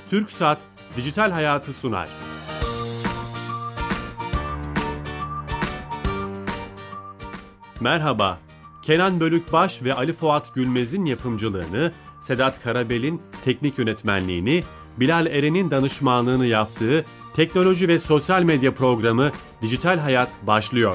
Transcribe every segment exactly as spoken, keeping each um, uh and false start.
TürkSat Dijital Hayatı sunar. Merhaba, Kenan Bölükbaş ve Ali Fuat Gülmez'in yapımcılığını, Sedat Karabel'in teknik yönetmenliğini, Bilal Eren'in danışmanlığını yaptığı teknoloji ve sosyal medya programı Dijital Hayat başlıyor.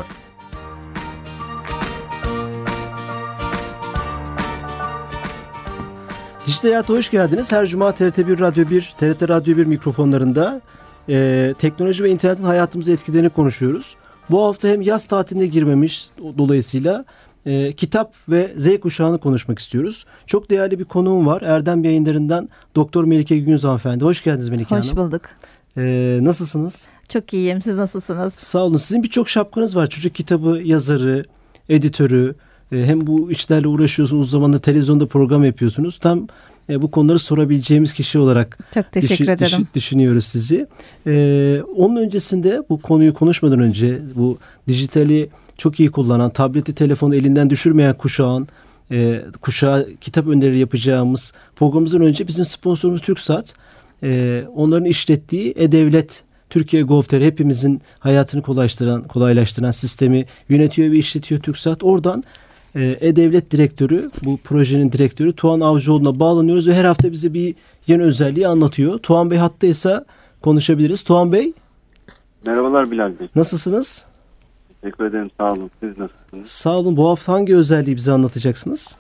Dijital Hayat'a hoş geldiniz. Her cuma T R T bir Radyo bir, T R T Radyo bir mikrofonlarında e, teknoloji ve internetin hayatımıza etkilerini konuşuyoruz. Bu hafta hem yaz tatiline girmemiş dolayısıyla e, kitap ve Z kuşağını konuşmak istiyoruz. Çok değerli bir konuğum var. Erdem Yayınları'ndan Doktor Melike Güngöz hanımefendi. Hoş geldiniz Melike Hanım. Hoş bulduk. E, nasılsınız? Çok iyiyim. Siz nasılsınız? Sağ olun. Sizin birçok şapkanız var. Çocuk kitabı yazarı, editörü. E, hem bu işlerle uğraşıyorsunuz. Uzun zamandır televizyonda program yapıyorsunuz. Tam e, bu konuları sorabileceğimiz kişi olarak çok teşekkür düşün, ederim. Düşün, düşünüyoruz sizi. E, onun öncesinde bu konuyu konuşmadan önce bu dijitali çok iyi kullanan, tableti, telefonu elinden düşürmeyen kuşağın e, kuşağa kitap önerileri yapacağımız programımızdan önce bizim sponsorumuz TürkSat. E, onların işlettiği E-Devlet Türkiye Gov.tr hepimizin hayatını kolaylaştıran, kolaylaştıran sistemi yönetiyor ve işletiyor TürkSat. Oradan E-Devlet Direktörü, bu projenin direktörü Tuğan Avcıoğlu'na bağlanıyoruz ve her hafta bize bir yeni özelliği anlatıyor. Tuğan Bey hattaysa konuşabiliriz. Tuğan Bey. Merhabalar Bilal Bey. Nasılsınız? Teşekkür ederim, sağ olun. Siz nasılsınız? Sağ olun. Bu hafta hangi özelliği bize anlatacaksınız?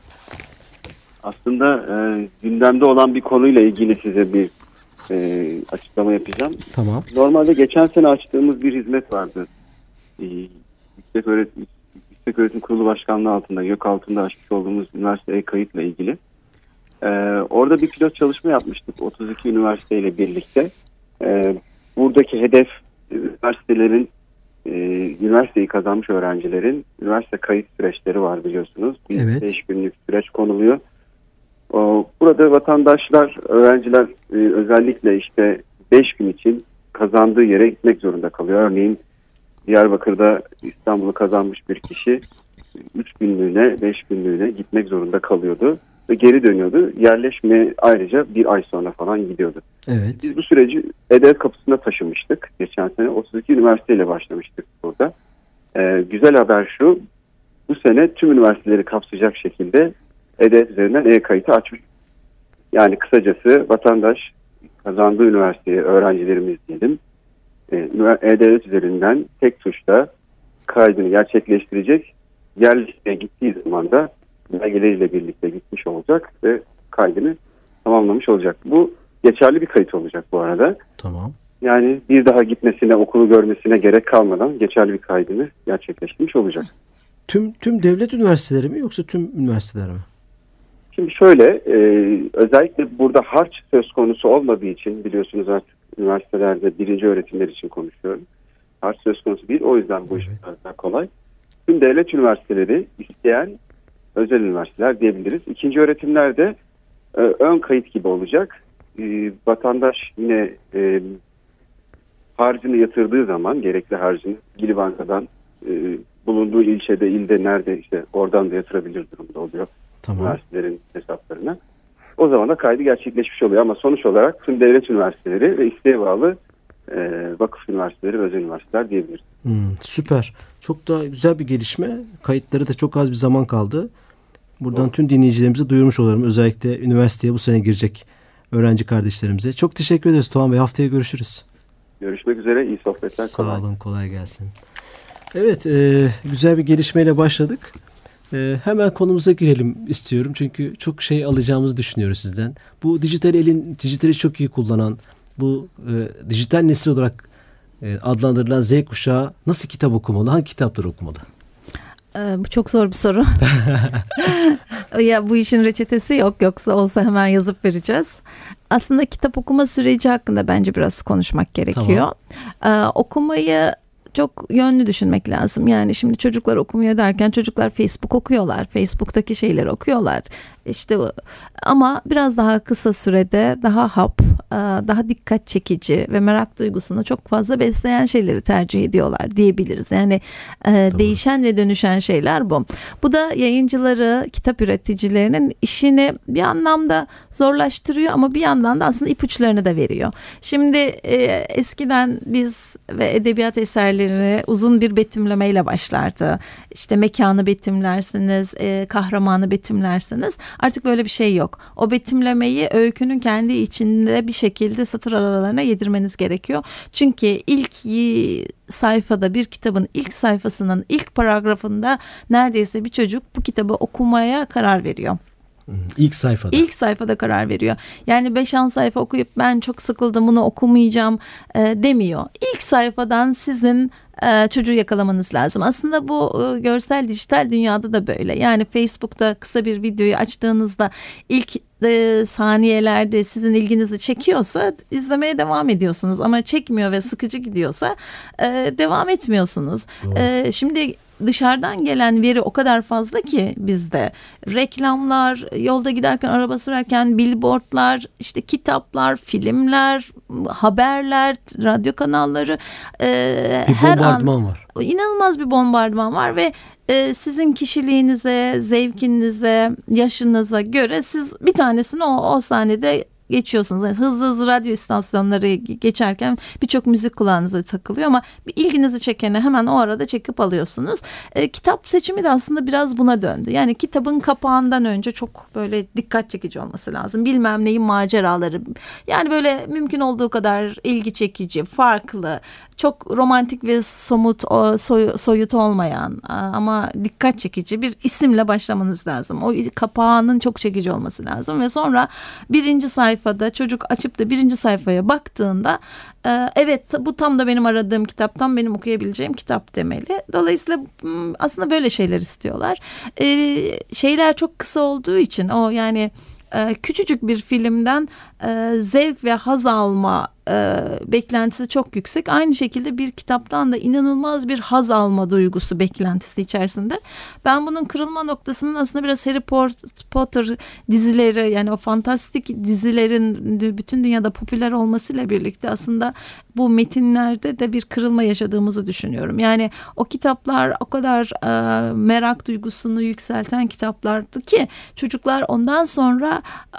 Aslında e, gündemde olan bir konuyla ilgili size bir e, açıklama yapacağım. Tamam. Normalde geçen sene açtığımız bir hizmet vardı. E, Yüksek Öğretim, Yüksek Öğretim Kurulu Başkanlığı altında, YÖK altında açmış olduğumuz üniversite e-kayıtla ilgili. E, orada bir pilot çalışma yapmıştık otuz iki üniversiteyle birlikte. E, buradaki hedef üniversitelerin, e, üniversiteyi kazanmış öğrencilerin üniversite kayıt süreçleri var biliyorsunuz. Bir evet. beş günlük süreç konuluyor. O, burada vatandaşlar, öğrenciler e, özellikle işte beş gün için kazandığı yere gitmek zorunda kalıyor. Örneğin Diyarbakır'da İstanbul'u kazanmış bir kişi üç günlüğüne, beş günlüğüne gitmek zorunda kalıyordu. Ve geri dönüyordu. Yerleşmeye ayrıca bir ay sonra falan gidiyordu. Evet. Biz bu süreci E-Devlet kapısına taşımıştık. Geçen sene otuz iki üniversiteyle başlamıştık burada. Ee, güzel haber şu, bu sene tüm üniversiteleri kapsayacak şekilde E-Devlet üzerinden e-kayıtı açmış. Yani kısacası vatandaş kazandığı üniversiteye, öğrencilerimiz diyelim, E-Devlet üzerinden tek tuşla kaydını gerçekleştirecek. Yerleşmeye gittiği zaman da belgeleriyle birlikte gitmiş olacak ve kaydını tamamlamış olacak. Bu geçerli bir kayıt olacak bu arada. Tamam. Yani bir daha gitmesine, okulu görmesine gerek kalmadan geçerli bir kaydını gerçekleştirmiş olacak. Tüm tüm devlet üniversiteleri mi yoksa tüm üniversiteler mi? Şimdi şöyle, e, özellikle burada harç söz konusu olmadığı için biliyorsunuz artık üniversitelerde birinci öğretimler için konuşuyorum. Harç söz konusu değil, o yüzden bu iş biraz daha kolay. Tüm devlet üniversiteleri isteyen özel üniversiteler diyebiliriz. İkinci öğretimlerde e, ön kayıt gibi olacak. E, vatandaş yine e, harcını yatırdığı zaman, gerekli harcını ilgili bankadan e, bulunduğu ilçede, ilde nerede işte oradan da yatırabilir durumda oluyor. Tamam. Üniversitelerin hesaplarına. O zaman da kaydı gerçekleşmiş oluyor ama sonuç olarak tüm devlet üniversiteleri ve isteğe bağlı e, vakıf üniversiteleri ve özel üniversiteler diyebiliriz. Hmm, süper. Çok da güzel bir gelişme. Kayıtları da çok az bir zaman kaldı. Buradan tüm dinleyicilerimize duyurmuş olurum. Özellikle üniversiteye bu sene girecek öğrenci kardeşlerimize. Çok teşekkür ederiz Tuğan Bey. Haftaya görüşürüz. Görüşmek üzere. İyi sohbetler. Sağ kolay. olun. Kolay gelsin. Evet. E, güzel bir gelişmeyle başladık. E, hemen konumuza girelim istiyorum. Çünkü çok şey alacağımızı düşünüyoruz sizden. Bu dijital elin, dijitali çok iyi kullanan, bu e, dijital nesil olarak e, adlandırılan Z kuşağı nasıl kitap okumalı? Hangi kitapları okumalı? Bu çok zor bir soru. Ya bu işin reçetesi yok, yoksa olsa hemen yazıp vereceğiz. Aslında kitap okuma süreci hakkında bence biraz konuşmak gerekiyor. Tamam. Ee, okumayı çok yönlü düşünmek lazım. Yani şimdi çocuklar okumuyor derken çocuklar Facebook okuyorlar. Facebook'taki şeyleri okuyorlar. işte ama biraz daha kısa sürede daha hap, daha dikkat çekici ve merak duygusunu çok fazla besleyen şeyleri tercih ediyorlar diyebiliriz. Yani Doğru. değişen ve dönüşen şeyler bu. Bu da yayıncıları, kitap üreticilerinin işini bir anlamda zorlaştırıyor ama bir yandan da aslında ipuçlarını da veriyor. Şimdi eskiden biz ve edebiyat eserleri uzun bir betimlemeyle başlardı. İşte mekanı betimlersiniz, kahramanı betimlersiniz. Artık böyle bir şey yok. O betimlemeyi öykünün kendi içinde bir şekilde satır aralarına yedirmeniz gerekiyor. Çünkü ilk sayfada, bir kitabın ilk sayfasının ilk paragrafında neredeyse bir çocuk bu kitabı okumaya karar veriyor. İlk sayfada. İlk sayfada karar veriyor. Yani beş on sayfa okuyup ben çok sıkıldım bunu okumayacağım e, demiyor. İlk sayfadan sizin e, çocuğu yakalamanız lazım. Aslında bu e, görsel dijital dünyada da böyle. Yani Facebook'ta kısa bir videoyu açtığınızda ilk e, saniyelerde sizin ilginizi çekiyorsa izlemeye devam ediyorsunuz. Ama çekmiyor ve sıkıcı gidiyorsa e, devam etmiyorsunuz. E, şimdi dışarıdan gelen veri o kadar fazla ki bizde. Reklamlar, yolda giderken, araba sürerken billboardlar, işte kitaplar, filmler, haberler, radyo kanalları. E, bir her bombardıman an, var. İnanılmaz bir bombardıman var ve e, sizin kişiliğinize, zevkinize, yaşınıza göre siz bir tanesini o, o sahnede geçiyorsunuz. Yani hızlı hızlı radyo istasyonları geçerken birçok müzik kulağınıza takılıyor ama bir ilginizi çekeni hemen o arada çekip alıyorsunuz. E, kitap seçimi de aslında biraz buna döndü. Yani kitabın kapağından önce çok böyle dikkat çekici olması lazım. Bilmem neyin maceraları. Yani böyle mümkün olduğu kadar ilgi çekici, farklı, çok romantik ve somut, soy, soyut olmayan ama dikkat çekici bir isimle başlamanız lazım. O kapağının çok çekici olması lazım ve sonra birinci sayfada çocuk açıp da birinci sayfaya baktığında evet bu tam da benim aradığım kitap, tam benim okuyabileceğim kitap demeli. Dolayısıyla aslında böyle şeyler istiyorlar. Şeyler çok kısa olduğu için o yani küçücük bir filmden zevk ve haz alma e, beklentisi çok yüksek. Aynı şekilde bir kitaptan da inanılmaz bir haz alma duygusu beklentisi içerisinde. Ben bunun kırılma noktasının aslında biraz Harry Potter dizileri, yani o fantastik dizilerin bütün dünyada popüler olmasıyla birlikte aslında bu metinlerde de bir kırılma yaşadığımızı düşünüyorum. Yani o kitaplar o kadar e, merak duygusunu yükselten kitaplardı ki çocuklar ondan sonra e,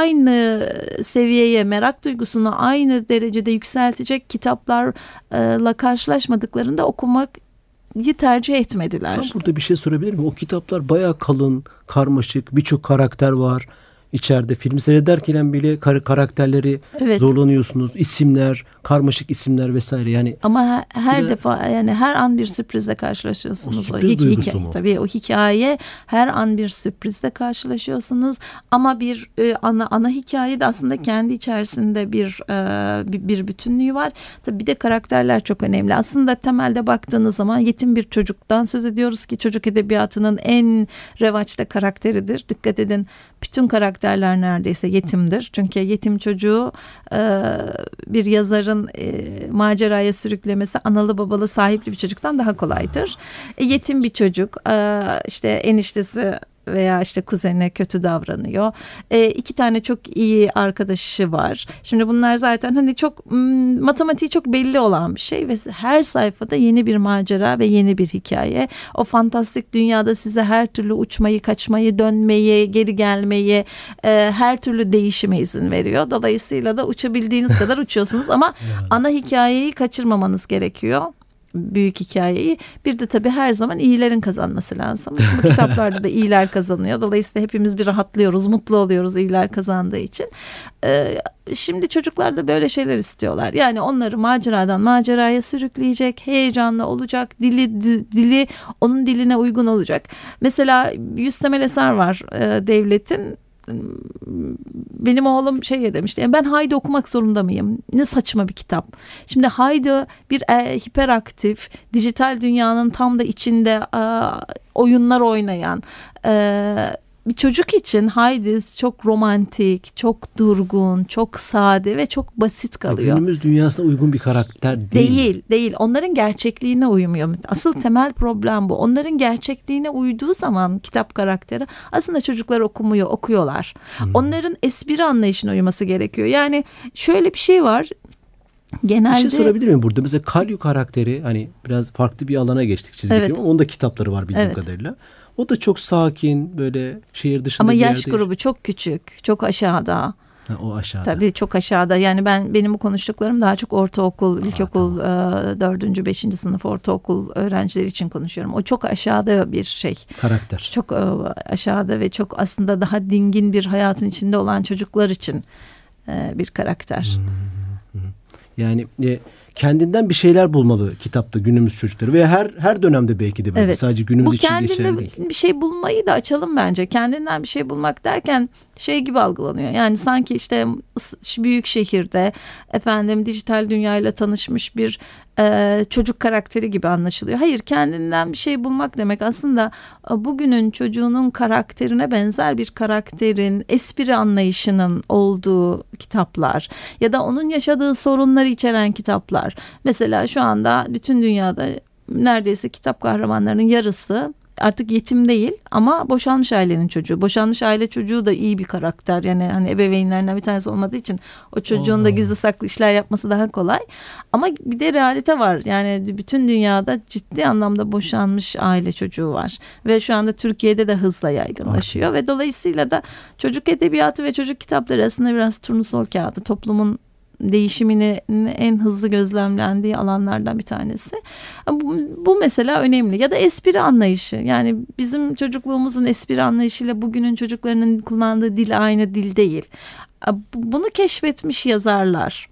aynı seviyeye, merak duygusunu aynı derecede yükseltecek kitaplarla karşılaşmadıklarında okumak tercih etmediler. Tam burada bir şey sorabilir miyim? O kitaplar bayağı kalın, karmaşık, birçok karakter var içeride. Film seyrederken bile kar- karakterleri evet. zorlanıyorsunuz. İsimler, karmaşık isimler vesaire. Yani ama her yine, defa yani her an bir sürprizle karşılaşıyorsunuz. O sürpriz o duygusu hikaye, mu? Tabii o hikaye her an bir sürprizle karşılaşıyorsunuz. Ama bir e, ana ana hikaye de aslında kendi içerisinde bir e, bir, bir bütünlüğü var. Tabii bir de karakterler çok önemli. Aslında temelde baktığınız zaman yetim bir çocuktan söz ediyoruz ki çocuk edebiyatının en revaçta karakteridir. Dikkat edin, bütün karakterler neredeyse yetimdir. Çünkü yetim çocuğu e, bir yazarın e, maceraya sürüklemesi analı babalı sahipli bir çocuktan daha kolaydır. E, yetim bir çocuk, e, işte eniştesi veya işte kuzenine kötü davranıyor. E, iki tane çok iyi arkadaşı var. Şimdi bunlar zaten hani çok m, matematiği çok belli olan bir şey ve her sayfada yeni bir macera ve yeni bir hikaye. O fantastik dünyada size her türlü uçmayı, kaçmayı, dönmeyi, geri gelmeyi, e, her türlü değişime izin veriyor. Dolayısıyla da uçabildiğiniz kadar uçuyorsunuz ama yani. Ana hikayeyi kaçırmamanız gerekiyor. Büyük hikayeyi. Bir de tabii her zaman iyilerin kazanması lazım. Bu kitaplarda da iyiler kazanıyor. Dolayısıyla hepimiz bir rahatlıyoruz, mutlu oluyoruz iyiler kazandığı için. Ee, şimdi çocuklar da böyle şeyler istiyorlar. Yani onları maceradan maceraya sürükleyecek, heyecanlı olacak, dili dili onun diline uygun olacak. Mesela yüz temel eser var e, devletin. Benim oğlum şey demişti, yani ben Haydi okumak zorunda mıyım? Ne saçma bir kitap. Şimdi Haydi bir e, hiperaktif, dijital dünyanın tam da içinde e, oyunlar oynayan, e, bir çocuk için Heidi çok romantik, çok durgun, çok sade ve çok basit kalıyor. Günümüz dünyasına uygun bir karakter değil. Değil, değil. Onların gerçekliğine uymuyor. Asıl temel problem bu. Onların gerçekliğine uyduğu zaman kitap karakteri aslında çocuklar okumuyor, okuyorlar. Hmm. Onların espri anlayışına uyması gerekiyor. Yani şöyle bir şey var. Genelde... Bir şey sorabilir miyim burada? Mesela Kalyu karakteri hani biraz farklı bir alana geçtik çizgi evet. film ama onun da kitapları var bildiğim evet. kadarıyla. O da çok sakin böyle şehir dışında ama bir yerde. Ama yaş grubu çok küçük, çok aşağıda. Ha, o aşağıda. Tabii çok aşağıda. Yani ben benim bu konuştuklarım daha çok ortaokul, ilkokul, tamam. dördüncü, beşinci sınıf ortaokul öğrencileri için konuşuyorum. O çok aşağıda bir şey. Karakter. Çok aşağıda ve çok aslında daha dingin bir hayatın içinde olan çocuklar için bir karakter. Hmm. Yani e, kendinden bir şeyler bulmalı kitapta günümüz çocukları ve her her dönemde belki de böyle evet. sadece günümüz bu için geçerli değil. Bu kendinden bir şey bulmayı da açalım bence. Kendinden bir şey bulmak derken şey gibi algılanıyor. Yani sanki işte büyük şehirde efendim dijital dünyayla tanışmış bir e, çocuk karakteri gibi anlaşılıyor. Hayır, kendinden bir şey bulmak demek aslında bugünün çocuğunun karakterine benzer bir karakterin espri anlayışının olduğu kitaplar ya da onun yaşadığı sorunları içeren kitaplar. Mesela şu anda bütün dünyada neredeyse kitap kahramanlarının yarısı artık yetim değil ama boşanmış ailenin çocuğu. Boşanmış aile çocuğu da iyi bir karakter. Yani hani ebeveynlerinden bir tanesi olmadığı için o çocuğun da gizli saklı işler yapması daha kolay. Ama bir de realite var. Yani bütün dünyada ciddi anlamda boşanmış aile çocuğu var. Ve şu anda Türkiye'de de hızla yaygınlaşıyor. Okay. Ve dolayısıyla da çocuk edebiyatı ve çocuk kitapları arasında biraz turnusol kağıdı. Toplumun değişimini en hızlı gözlemlendiği alanlardan bir tanesi. Bu, bu mesela önemli. Ya da espri anlayışı. Yani bizim çocukluğumuzun espri anlayışıyla bugünün çocuklarının kullandığı dil aynı dil değil. Bunu keşfetmiş yazarlar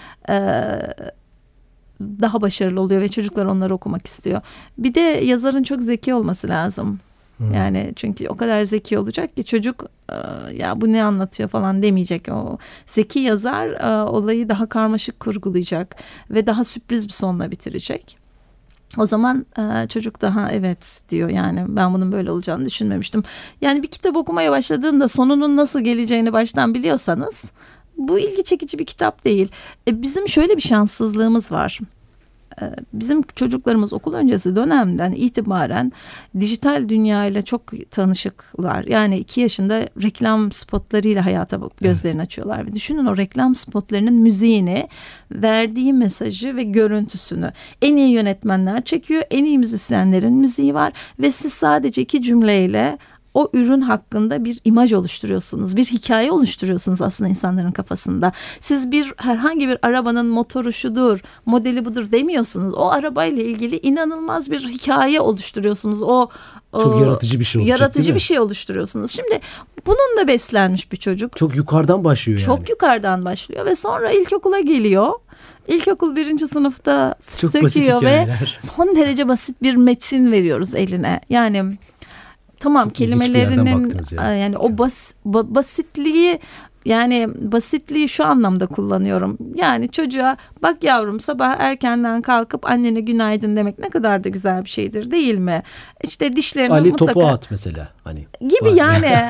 daha başarılı oluyor ve çocuklar onları okumak istiyor. Bir de yazarın çok zeki olması lazım. Hmm. Yani çünkü o kadar zeki olacak ki çocuk ya bu ne anlatıyor falan demeyecek. O zeki yazar olayı daha karmaşık kurgulayacak ve daha sürpriz bir sonla bitirecek. O zaman çocuk daha evet diyor, yani ben bunun böyle olacağını düşünmemiştim. Yani bir kitap okumaya başladığında sonunun nasıl geleceğini baştan biliyorsanız bu ilgi çekici bir kitap değil. Bizim şöyle bir şanssızlığımız var. Bizim çocuklarımız okul öncesi dönemden itibaren dijital dünyayla çok tanışıklar. Yani iki yaşında reklam spotlarıyla hayata gözlerini açıyorlar. Ve düşünün o reklam spotlarının müziğini, verdiği mesajı ve görüntüsünü. En iyi yönetmenler çekiyor, en iyi müzisyenlerin müziği var ve siz sadece iki cümleyle o ürün hakkında bir imaj oluşturuyorsunuz. Bir hikaye oluşturuyorsunuz aslında insanların kafasında. Siz bir herhangi bir arabanın motoru şudur, modeli budur demiyorsunuz. O arabayla ilgili inanılmaz bir hikaye oluşturuyorsunuz. O çok o, yaratıcı bir şey olacak, yaratıcı bir şey oluşturuyorsunuz. Şimdi bununla beslenmiş bir çocuk. Çok yukarıdan başlıyor yani. Çok yukarıdan başlıyor ve sonra ilkokula geliyor. İlkokul birinci sınıfta çok söküyor ve son derece basit bir metin veriyoruz eline. Yani tamam, çok kelimelerinin yani. yani o bas, ba, basitliği yani basitliği şu anlamda kullanıyorum. Yani çocuğa bak yavrum, sabah erkenden kalkıp annene günaydın demek ne kadar da güzel bir şeydir değil mi? İşte dişlerini Ali mutlaka... topu at mesela. Hani gibi yani.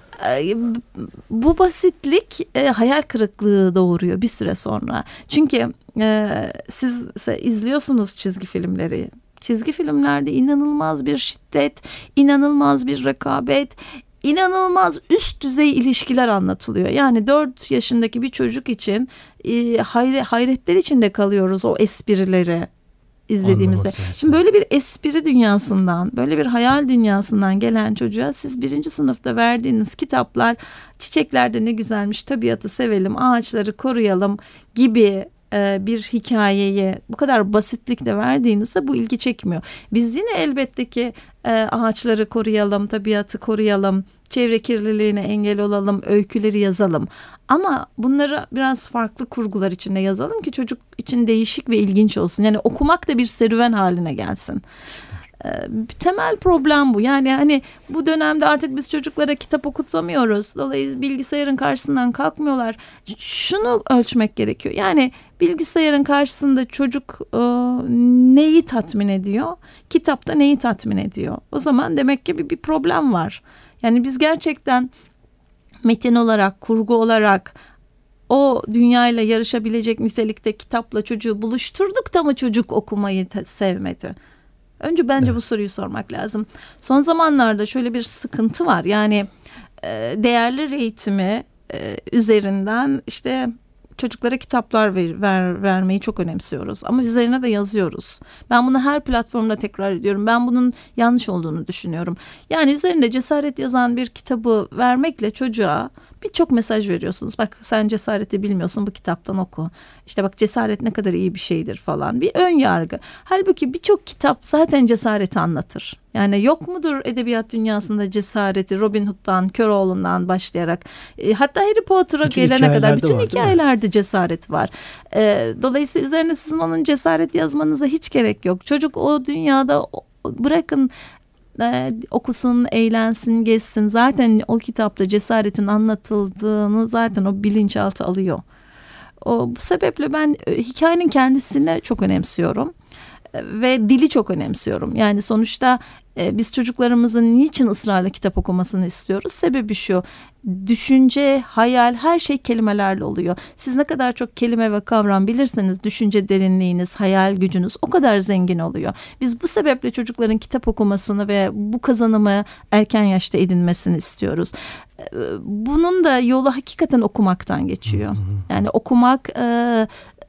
Bu basitlik e, hayal kırıklığı doğuruyor bir süre sonra. Çünkü e, siz izliyorsunuz çizgi filmleri. Çizgi filmlerde inanılmaz bir şiddet, inanılmaz bir rekabet, inanılmaz üst düzey ilişkiler anlatılıyor. Yani dört yaşındaki bir çocuk için e, hayre, hayretler içinde kalıyoruz o esprileri izlediğimizde. Şimdi böyle bir espri dünyasından, böyle bir hayal dünyasından gelen çocuğa siz birinci sınıfta verdiğiniz kitaplar, çiçeklerde ne güzelmiş, tabiatı sevelim, ağaçları koruyalım gibi bir hikayeyi bu kadar basitlikle verdiğinizde bu ilgi çekmiyor. Biz yine elbette ki ağaçları koruyalım, tabiatı koruyalım, çevre kirliliğine engel olalım, öyküleri yazalım. Ama bunları biraz farklı kurgular içinde yazalım ki çocuk için değişik ve ilginç olsun. Yani okumak da bir serüven haline gelsin. Temel problem bu. Yani hani bu dönemde artık biz çocuklara kitap okutamıyoruz. Dolayısıyla bilgisayarın karşısından kalkmıyorlar. Şunu ölçmek gerekiyor. Yani bilgisayarın karşısında çocuk e, neyi tatmin ediyor? Kitapta neyi tatmin ediyor? O zaman demek ki bir, bir problem var. Yani biz gerçekten metin olarak, kurgu olarak o dünyayla yarışabilecek nitelikte kitapla çocuğu buluşturduk da mı çocuk okumayı sevmedi? Önce bence evet. bu soruyu sormak lazım. Son zamanlarda şöyle bir sıkıntı var. Yani değerler eğitimi üzerinden işte çocuklara kitaplar ver, ver, vermeyi çok önemsiyoruz. Ama üzerine de yazıyoruz. Ben bunu her platformda tekrar ediyorum. Ben bunun yanlış olduğunu düşünüyorum. Yani üzerinde cesaret yazan bir kitabı vermekle çocuğa birçok mesaj veriyorsunuz. Bak sen cesareti bilmiyorsun, bu kitaptan oku. İşte bak cesaret ne kadar iyi bir şeydir falan. Bir ön yargı. Halbuki birçok kitap zaten cesareti anlatır. Yani yok mudur edebiyat dünyasında cesareti Robin Hood'dan, Köroğlu'ndan başlayarak e, hatta Harry Potter'a bütün gelene kadar bütün var, hikayelerde cesaret var. E, dolayısıyla üzerine sizin onun cesaret yazmanıza hiç gerek yok. Çocuk o dünyada bırakın Ee, okusun, eğlensin, gezsin. Zaten o kitapta cesaretin anlatıldığını zaten o bilinçaltı alıyor. O, bu sebeple ben hikayenin kendisini çok önemsiyorum. Ve dili çok önemsiyorum. Yani sonuçta e, biz çocuklarımızın niçin ısrarla kitap okumasını istiyoruz? Sebebi şu: düşünce, hayal, her şey kelimelerle oluyor. Siz ne kadar çok kelime ve kavram bilirseniz düşünce derinliğiniz, hayal gücünüz o kadar zengin oluyor. Biz bu sebeple çocukların kitap okumasını ve bu kazanımı erken yaşta edinmesini istiyoruz. Bunun da yolu hakikaten okumaktan geçiyor. Yani okumak... E,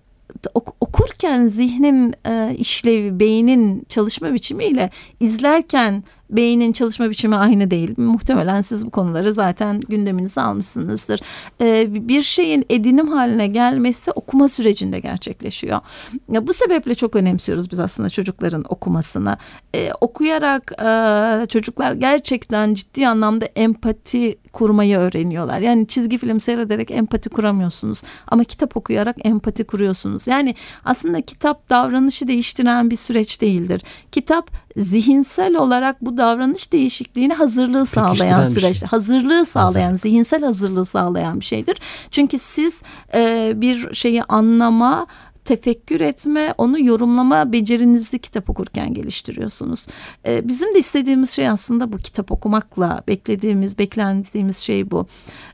okurken zihnin e, işlevi, beynin çalışma biçimiyle izlerken beynin çalışma biçimi aynı değil. Muhtemelen siz bu konuları zaten gündeminize almışsınızdır. Ee, bir şeyin edinim haline gelmesi okuma sürecinde gerçekleşiyor. Ya, bu sebeple çok önemsiyoruz biz aslında çocukların okumasını. Ee, okuyarak e, çocuklar gerçekten ciddi anlamda empati kurmayı öğreniyorlar. Yani çizgi film seyrederek empati kuramıyorsunuz. Ama kitap okuyarak empati kuruyorsunuz. Yani aslında kitap davranışı değiştiren bir süreç değildir. Kitap zihinsel olarak bu davranış değişikliğine hazırlığı sağlayan süreç. Şey. Hazırlığı sağlayan, Hazır. zihinsel hazırlığı sağlayan bir şeydir. Çünkü siz e, bir şeyi anlama, tefekkür etme, onu yorumlama becerinizi kitap okurken geliştiriyorsunuz. Ee, bizim de istediğimiz şey aslında bu, kitap okumakla beklediğimiz, beklendiğimiz şey bu.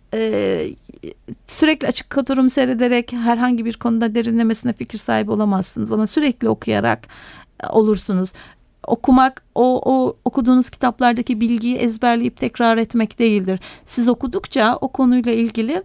Ee, sürekli açık oturum seyrederek herhangi bir konuda derinlemesine fikir sahibi olamazsınız ama sürekli okuyarak olursunuz. Okumak o, o okuduğunuz kitaplardaki bilgiyi ezberleyip tekrar etmek değildir. Siz okudukça o konuyla ilgili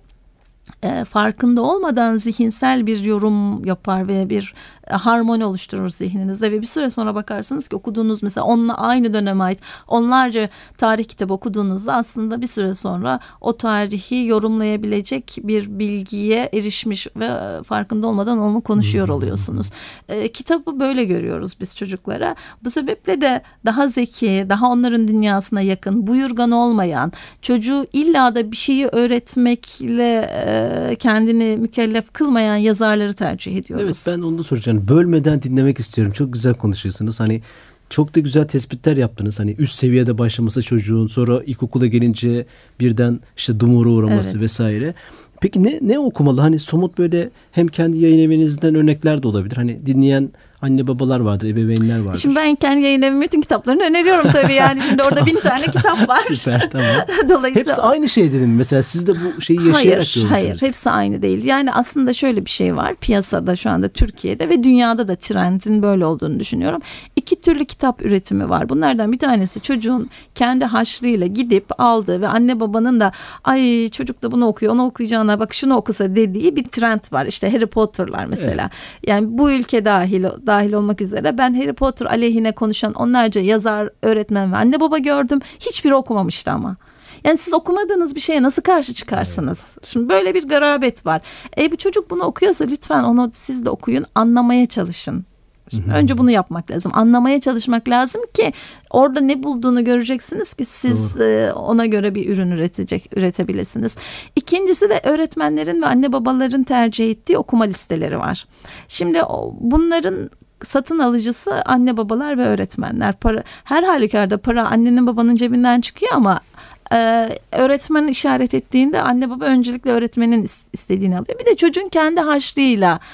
E, farkında olmadan zihinsel bir yorum yapar ve bir e, harmoni oluşturur zihninizde ve bir süre sonra bakarsınız ki okuduğunuz mesela onunla aynı döneme ait onlarca tarih kitabı okuduğunuzda aslında bir süre sonra o tarihi yorumlayabilecek bir bilgiye erişmiş ve e, farkında olmadan onu konuşuyor oluyorsunuz. E, kitabı böyle görüyoruz biz çocuklara. Bu sebeple de daha zeki, daha onların dünyasına yakın, buyurgan olmayan, çocuğu illa da bir şeyi öğretmekle e, kendini mükellef kılmayan yazarları tercih ediyoruz. Evet, ben onu da soracağım. Bölmeden dinlemek istiyorum. Çok güzel konuşuyorsunuz. Hani çok da güzel tespitler yaptınız. Hani üst seviyede başlaması çocuğun, sonra ilkokula gelince birden işte dumura uğraması evet. vesaire. Peki ne ne okumalı? Hani somut böyle hem kendi yayın evinizden örnekler de olabilir. Hani dinleyen anne babalar vardır, ebeveynler vardır. Şimdi ben kendi yayın evimin bütün kitaplarını öneriyorum tabii yani. Şimdi orada bin tane kitap var. Süper, tamam. Dolayısıyla... Hepsi aynı şey dedim. Mesela siz de bu şeyi yaşayarak görüyorsunuz. Hayır, hayır. Hepsi aynı değil. Yani aslında şöyle bir şey var. Piyasada şu anda Türkiye'de ve dünyada da trendin böyle olduğunu düşünüyorum. İki türlü kitap üretimi var. Bunlardan bir tanesi çocuğun kendi harçlığıyla gidip aldığı ve anne babanın da ay çocuk da bunu okuyor, onu okuyacağına bak şunu okusa dediği bir trend var. İşte Harry Potter'lar mesela. Evet. Yani bu ülke dahil dahil olmak üzere ben Harry Potter aleyhine konuşan onlarca yazar, öğretmen ve anne baba gördüm. Hiçbiri okumamıştı ama. Yani siz okumadığınız bir şeye nasıl karşı çıkarsınız? Evet. Şimdi böyle bir garabet var. E bir çocuk bunu okuyorsa lütfen onu siz de okuyun, anlamaya çalışın. Şimdi önce bunu yapmak lazım. Anlamaya çalışmak lazım ki orada ne bulduğunu göreceksiniz ki siz Doğru. ona göre bir ürün üretecek, üretebilirsiniz. İkincisi de öğretmenlerin ve anne babaların tercih ettiği okuma listeleri var. Şimdi bunların satın alıcısı anne babalar ve öğretmenler. Para, her halükarda para annenin babanın cebinden çıkıyor ama e, öğretmen işaret ettiğinde anne baba öncelikle öğretmenin istediğini alıyor. Bir de çocuğun kendi harçlığıyla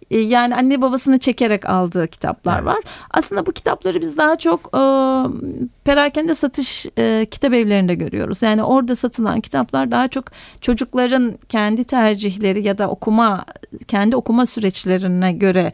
E, yani anne babasını çekerek aldığı kitaplar evet. var. Aslında bu kitapları biz daha çok e, perakende satış e, kitap evlerinde görüyoruz. Yani orada satılan kitaplar daha çok çocukların kendi tercihleri ya da okuma kendi okuma süreçlerine göre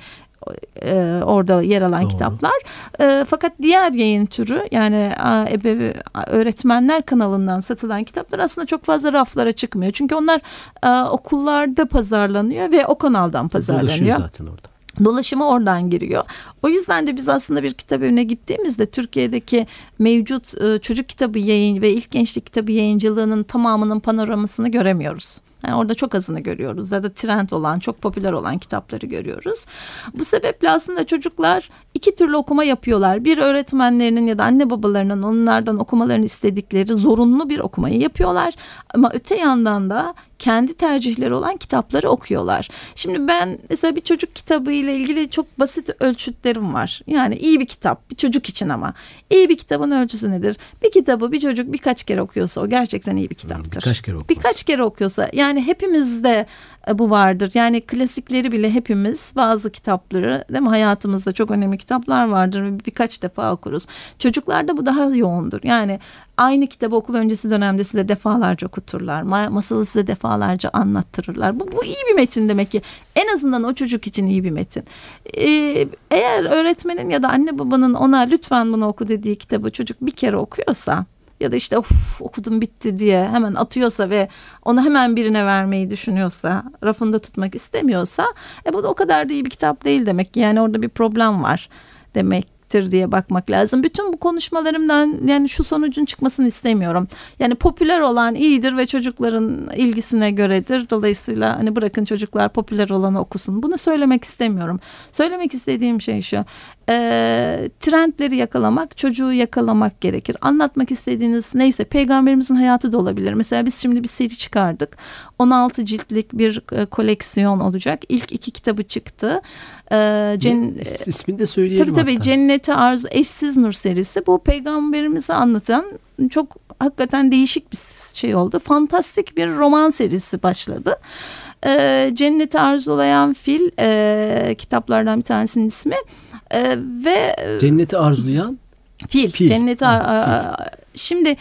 e, orada yer alan Doğru. kitaplar. E, fakat diğer yayın türü yani ebeveyn öğretmenler kanalından satılan kitaplar aslında çok fazla raflara çıkmıyor. Çünkü onlar e, okullarda pazarlanıyor ve o kanaldan pazarlanıyor. Dolaşıyor zaten orada. Dolaşıma oradan giriyor. O yüzden de biz aslında bir kitap evine gittiğimizde Türkiye'deki mevcut e, çocuk kitabı yayın ve ilk gençlik kitabı yayıncılığının tamamının panoramasını göremiyoruz. Yani orada çok azını görüyoruz ya da trend olan, çok popüler olan kitapları görüyoruz. Bu sebeple aslında çocuklar iki türlü okuma yapıyorlar. Bir, öğretmenlerinin ya da anne babalarının onlardan okumalarını istedikleri zorunlu bir okumayı yapıyorlar. Ama öte yandan da kendi tercihleri olan kitapları okuyorlar. Şimdi ben mesela bir çocuk kitabı ile ilgili çok basit ölçütlerim var. Yani iyi bir kitap, bir çocuk için ama. İyi bir kitabın ölçüsü nedir? Bir kitabı bir çocuk birkaç kere okuyorsa o gerçekten iyi bir kitaptır. Birkaç kere okuması. Birkaç kere okuyorsa yani hepimizde bu vardır. Yani klasikleri bile hepimiz bazı kitapları değil mi hayatımızda çok önemli kitaplar vardır ve birkaç defa okuruz. Çocuklarda bu daha yoğundur. Yani aynı kitabı okul öncesi dönemde size defalarca okuturlar. Masalı size defalarca anlattırırlar. Bu, bu iyi bir metin demek ki. En azından o çocuk için iyi bir metin. Ee, eğer öğretmenin ya da anne babanın ona lütfen bunu oku dediği kitabı çocuk bir kere okuyorsa ya da işte of okudum bitti diye hemen atıyorsa ve onu hemen birine vermeyi düşünüyorsa, rafında tutmak istemiyorsa e bu da o kadar da iyi bir kitap değil demek ki. Yani orada bir problem var demektir diye bakmak lazım. Bütün bu konuşmalarımdan yani şu sonucun çıkmasını istemiyorum. Yani popüler olan iyidir ve çocukların ilgisine göredir. Dolayısıyla hani bırakın çocuklar popüler olanı okusun. Bunu söylemek istemiyorum. Söylemek istediğim şey şu. E, trendleri yakalamak, çocuğu yakalamak gerekir. Anlatmak istediğiniz neyse peygamberimizin hayatı da olabilir. Mesela biz şimdi bir seri çıkardık. on altı ciltlik bir e, koleksiyon olacak. İlk iki kitabı çıktı. E, cen... İsmini de söyleyelim tabii, tabii, hatta. Cennete Arzu Eşsiz Nur serisi. Bu peygamberimizi anlatan çok hakikaten değişik bir şey oldu. Fantastik bir roman serisi başladı. E, Cennete Arzulayan Fil e, kitaplardan bir tanesinin ismi. Ee, ve Cenneti arzulayan fil, fil. Cenneti ha, fil. Şimdi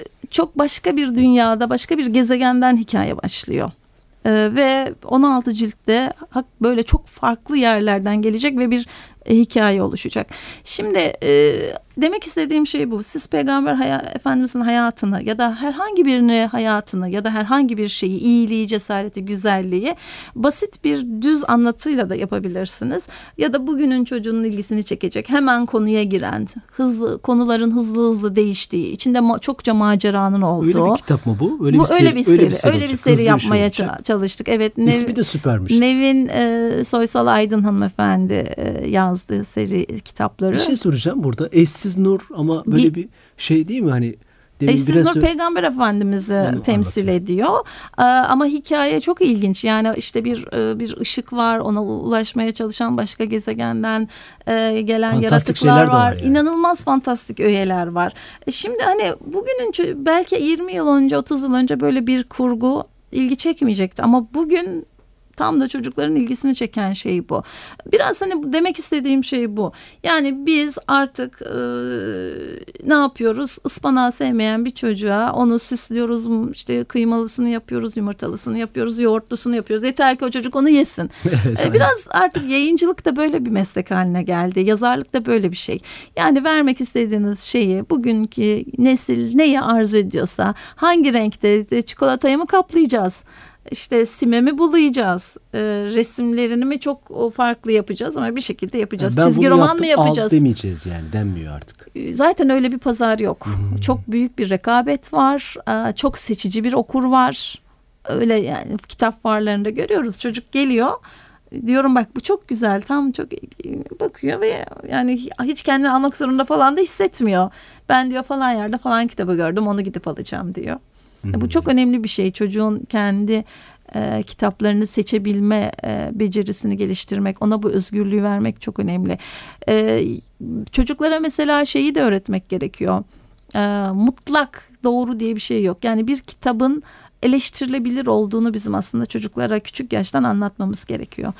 çok başka bir dünyada, başka bir gezegenden hikaye başlıyor. Ee, ve on altı ciltte böyle çok farklı yerlerden gelecek ve bir e, hikaye oluşacak. Şimdi e, demek istediğim şey bu. Siz Peygamber hay- Efendimizin hayatını ya da herhangi birini hayatını ya da herhangi bir şeyi, iyiliği, cesareti, güzelliği basit bir düz anlatıyla da yapabilirsiniz. Ya da bugünün çocuğunun ilgisini çekecek, hemen konuya giren, hızlı konuların hızlı hızlı değiştiği, içinde ma- çokça maceranın olduğu. Öyle bir kitap mı bu? Öyle bu bir seri, öyle bir seri, öyle bir seri, öyle bir seri yapmaya bir şey çalıştık. Evet. Nev, İsmi de süpermiş. Nevin e, Soysal Aydın hanımefendi e, yazdığı seri kitapları. Bir şey soracağım burada. Eşsiz Nur ama böyle bir, bir şey değil mi? Hani Eşsiz Nur sö- Peygamber Efendimiz'i yani temsil anlatıyor. ediyor. Ee, ama hikaye çok ilginç. Yani işte bir bir ışık var. Ona ulaşmaya çalışan başka gezegenden e, gelen fantastik yaratıklar var. var yani. İnanılmaz fantastik öğeler var. E şimdi hani bugünün belki yirmi yıl önce, otuz yıl önce böyle bir kurgu ilgi çekmeyecekti. Ama bugün tam da çocukların ilgisini çeken şey bu. Biraz hani demek istediğim şey bu. Yani biz artık e, ne yapıyoruz? Ispanağı sevmeyen bir çocuğa onu süslüyoruz. İşte kıymalısını yapıyoruz, yumurtalısını yapıyoruz, yoğurtlusunu yapıyoruz. Yeter ki o çocuk onu yesin. Evet, e, biraz artık yayıncılık da böyle bir meslek haline geldi. Yazarlık da böyle bir şey. Yani vermek istediğiniz şeyi bugünkü nesil neye arzu ediyorsa hangi renkte çikolatayı mı kaplayacağız? İşte simemi bulayacağız. E, resimlerini mi çok farklı yapacağız ama bir şekilde yapacağız. Yani çizgi roman yaptım, mı yapacağız? Al demeyeceğiz yani denmiyor artık. Zaten öyle bir pazar yok. Hmm. Çok büyük bir rekabet var. E, çok seçici bir okur var. Öyle yani kitap fuarlarında görüyoruz. Çocuk geliyor. Diyorum bak bu çok güzel. Tam çok bakıyor ve yani hiç kendini almak zorunda falan da hissetmiyor. Ben diyor falan yerde falan kitabı gördüm onu gidip alacağım diyor. Hmm. Bu çok önemli bir şey. Çocuğun kendi e, kitaplarını seçebilme e, becerisini geliştirmek, ona bu özgürlüğü vermek çok önemli. E, çocuklara mesela şeyi de öğretmek gerekiyor. E, mutlak doğru diye bir şey yok. Yani bir kitabın eleştirilebilir olduğunu bizim aslında çocuklara küçük yaştan anlatmamız gerekiyor.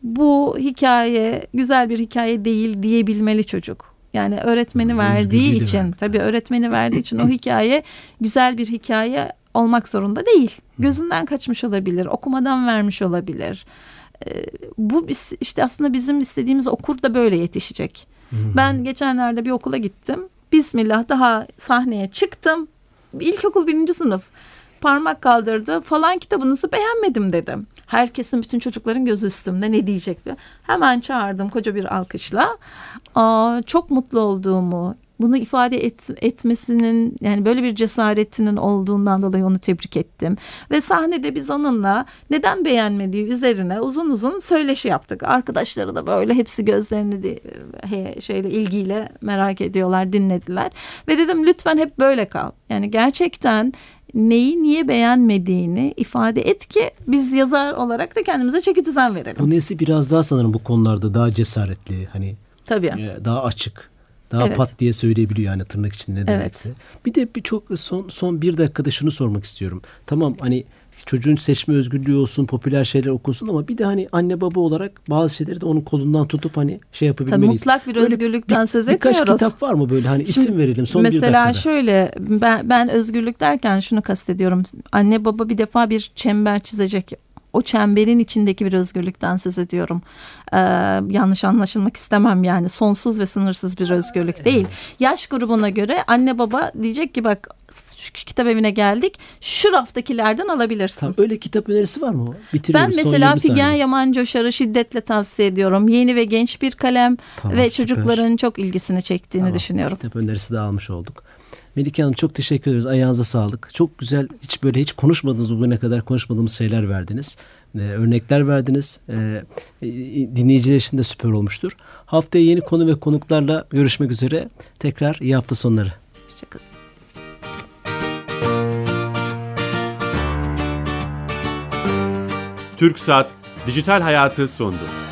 Bu hikaye güzel bir hikaye değil diyebilmeli çocuk. Yani öğretmeni verdiği için, tabii öğretmeni verdiği için o hikaye güzel bir hikaye olmak zorunda değil. Gözünden kaçmış olabilir, okumadan vermiş olabilir. Ee, bu işte aslında bizim istediğimiz okur da böyle yetişecek. Ben geçenlerde bir okula gittim. Bismillah daha sahneye çıktım. İlkokul birinci sınıf. Parmak kaldırdı. Falan kitabınızı beğenmedim dedim. Herkesin, bütün çocukların gözü üstümde, ne diyecek? Hemen çağırdım koca bir alkışla. Aa, çok mutlu olduğumu, bunu ifade et, etmesinin, yani böyle bir cesaretinin olduğundan dolayı onu tebrik ettim. Ve sahnede biz onunla neden beğenmediği üzerine uzun uzun söyleşi yaptık. Arkadaşları da böyle hepsi gözlerini de, he, şeyle ilgiyle merak ediyorlar, dinlediler. Ve dedim lütfen hep böyle kal. Yani gerçekten neyi niye beğenmediğini ifade et ki biz yazar olarak da kendimize çeki düzen verelim. Bu nesli biraz daha sanırım bu konularda daha cesaretli, hani tabii, daha açık, daha evet. pat diye söyleyebiliyor yani, tırnak içinde ne demekse. Evet. Bir de birçok son son bir dakikada şunu sormak istiyorum. Tamam, hani çocuğun seçme özgürlüğü olsun, popüler şeyler okusun, ama bir de hani anne baba olarak bazı şeyleri de onun kolundan tutup hani şey yapabilmeliyiz. Tabii mutlak bir böyle özgürlükten bir, söz etmiyoruz. Birkaç kitap var mı böyle, hani Şimdi, isim verelim son bir dakikada. Mesela şöyle, ben, ben özgürlük derken şunu kastediyorum. Anne baba bir defa bir çember çizecek. O çemberin içindeki bir özgürlükten söz ediyorum. Ee, yanlış anlaşılmak istemem yani. Sonsuz ve sınırsız bir özgürlük değil. Yaş grubuna göre anne baba diyecek ki bak, şu kitap evine geldik, şu raftakilerden alabilirsin. Tamam, öyle kitap önerisi var mı? Ben mesela Figen Yaman Coşar'ı şiddetle tavsiye ediyorum. Yeni ve genç bir kalem, tamam, ve süper. Çocukların çok ilgisini çektiğini tamam, düşünüyorum. Kitap önerisi de almış olduk. Melike Hanım, çok teşekkür ederiz. Ayağınıza sağlık. Çok güzel, hiç böyle hiç konuşmadığımız, bugüne kadar konuşmadığımız şeyler verdiniz. Ee, örnekler verdiniz. Ee, dinleyiciler için de süper olmuştur. Haftaya yeni konu ve konuklarla görüşmek üzere. Tekrar iyi hafta sonları. Hoşçakalın. TürkSat Dijital Hayatı sondu.